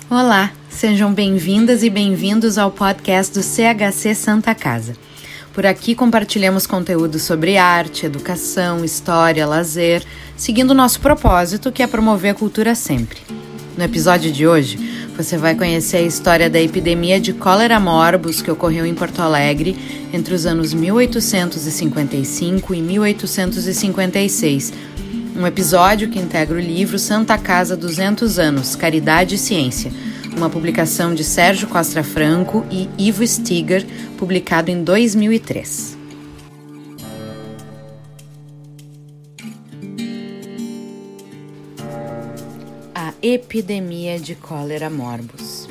Olá, sejam bem-vindas e bem-vindos ao podcast do CHC Santa Casa. Por aqui compartilhamos conteúdo sobre arte, educação, história, lazer, seguindo o nosso propósito, que é promover a cultura sempre. No episódio de hoje, você vai conhecer a história da epidemia de cólera morbus que ocorreu em Porto Alegre entre os anos 1855 e 1856, um episódio que integra o livro Santa Casa 200 anos, Caridade e Ciência, uma publicação de Sérgio Costra Franco e Ivo Stiger, publicado em 2003. A epidemia de cólera morbus.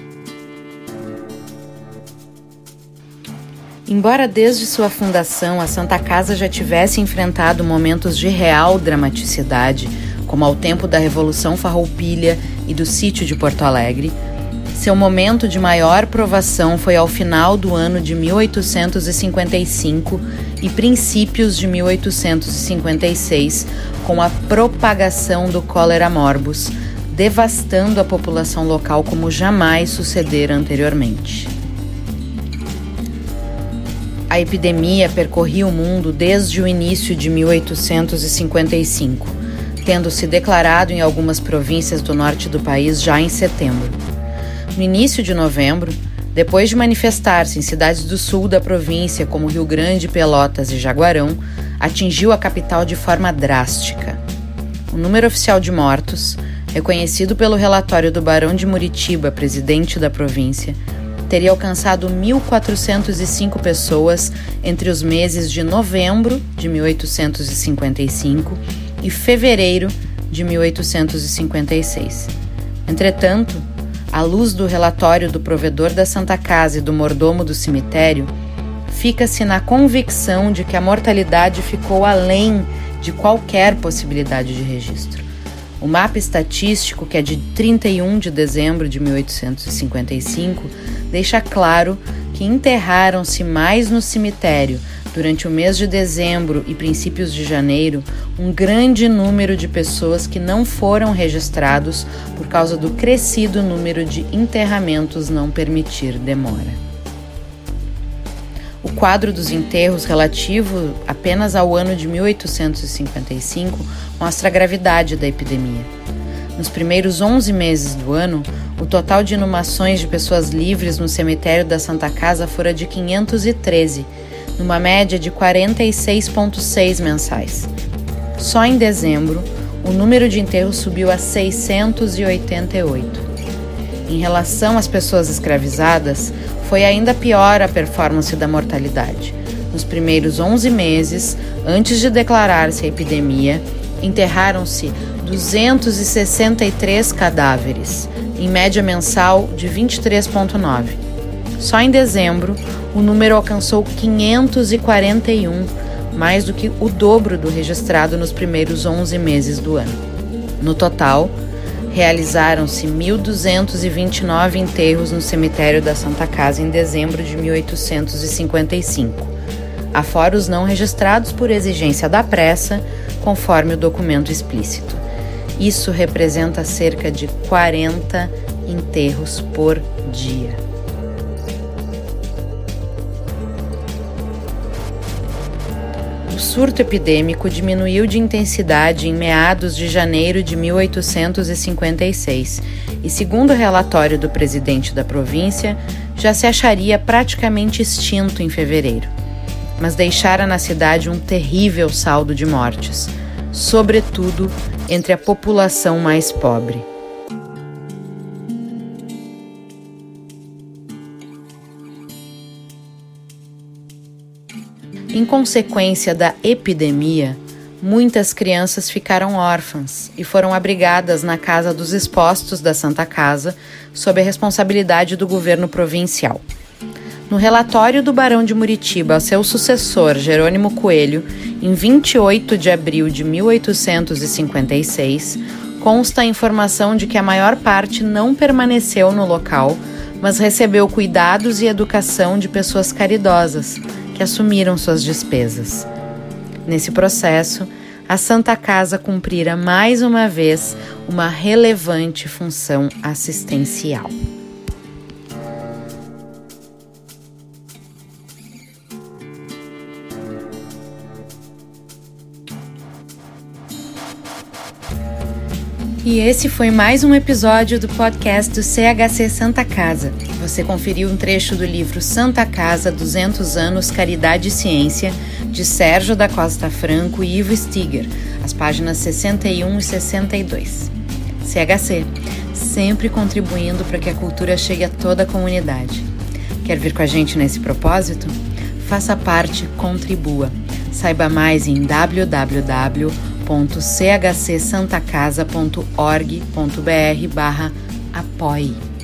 Embora desde sua fundação a Santa Casa já tivesse enfrentado momentos de real dramaticidade, como ao tempo da Revolução Farroupilha e do Sítio de Porto Alegre, seu momento de maior provação foi ao final do ano de 1855 e princípios de 1856, com a propagação do cólera morbus, devastando a população local como jamais sucedera anteriormente. A epidemia percorria o mundo desde o início de 1855, tendo se declarado em algumas províncias do norte do país já em setembro. No início de novembro, depois de manifestar-se em cidades do sul da província como Rio Grande, Pelotas e Jaguarão, atingiu a capital de forma drástica. O número oficial de mortos, reconhecido pelo relatório do Barão de Muritiba, presidente da província, teria alcançado 1.405 pessoas entre os meses de novembro de 1855 e fevereiro de 1856. Entretanto, à luz do relatório do provedor da Santa Casa e do mordomo do cemitério, fica-se na convicção de que a mortalidade ficou além de qualquer possibilidade de registro. O mapa estatístico, que é de 31 de dezembro de 1855, deixa claro que enterraram-se mais no cemitério durante o mês de dezembro e princípios de janeiro um grande número de pessoas que não foram registrados por causa do crescido número de enterramentos não permitir demora. O quadro dos enterros relativo apenas ao ano de 1855 mostra a gravidade da epidemia. Nos primeiros 11 meses do ano, o total de inumações de pessoas livres no cemitério da Santa Casa fora de 513, numa média de 46,6 mensais. Só em dezembro, o número de enterros subiu a 688. Em relação às pessoas escravizadas, foi ainda pior a performance da mortalidade. Nos primeiros 11 meses, antes de declarar-se a epidemia, enterraram-se 263 cadáveres, em média mensal de 23,9. Só em dezembro, o número alcançou 541, mais do que o dobro do registrado nos primeiros 11 meses do ano. No total, realizaram-se 1.229 enterros no cemitério da Santa Casa em dezembro de 1855, afora os não registrados por exigência da pressa, conforme o documento explícito. Isso representa cerca de 40 enterros por dia. O surto epidêmico diminuiu de intensidade em meados de janeiro de 1856 e, segundo o relatório do presidente da província, já se acharia praticamente extinto em fevereiro, mas deixara na cidade um terrível saldo de mortes, sobretudo entre a população mais pobre. Em consequência da epidemia, muitas crianças ficaram órfãs e foram abrigadas na Casa dos Expostos da Santa Casa, sob a responsabilidade do governo provincial. No relatório do Barão de Muritiba ao seu sucessor, Jerônimo Coelho, em 28 de abril de 1856, consta a informação de que a maior parte não permaneceu no local, mas recebeu cuidados e educação de pessoas caridosas, que assumiram suas despesas. Nesse processo, a Santa Casa cumprira mais uma vez uma relevante função assistencial. E esse foi mais um episódio do podcast do CHC Santa Casa. Você conferiu um trecho do livro Santa Casa, 200 anos, Caridade e Ciência, de Sérgio da Costa Franco e Ivo Stiger, as páginas 61 e 62. CHC, sempre contribuindo para que a cultura chegue a toda a comunidade. Quer vir com a gente nesse propósito? Faça parte, contribua. Saiba mais em www.chcsantacasa.org.br/apoie.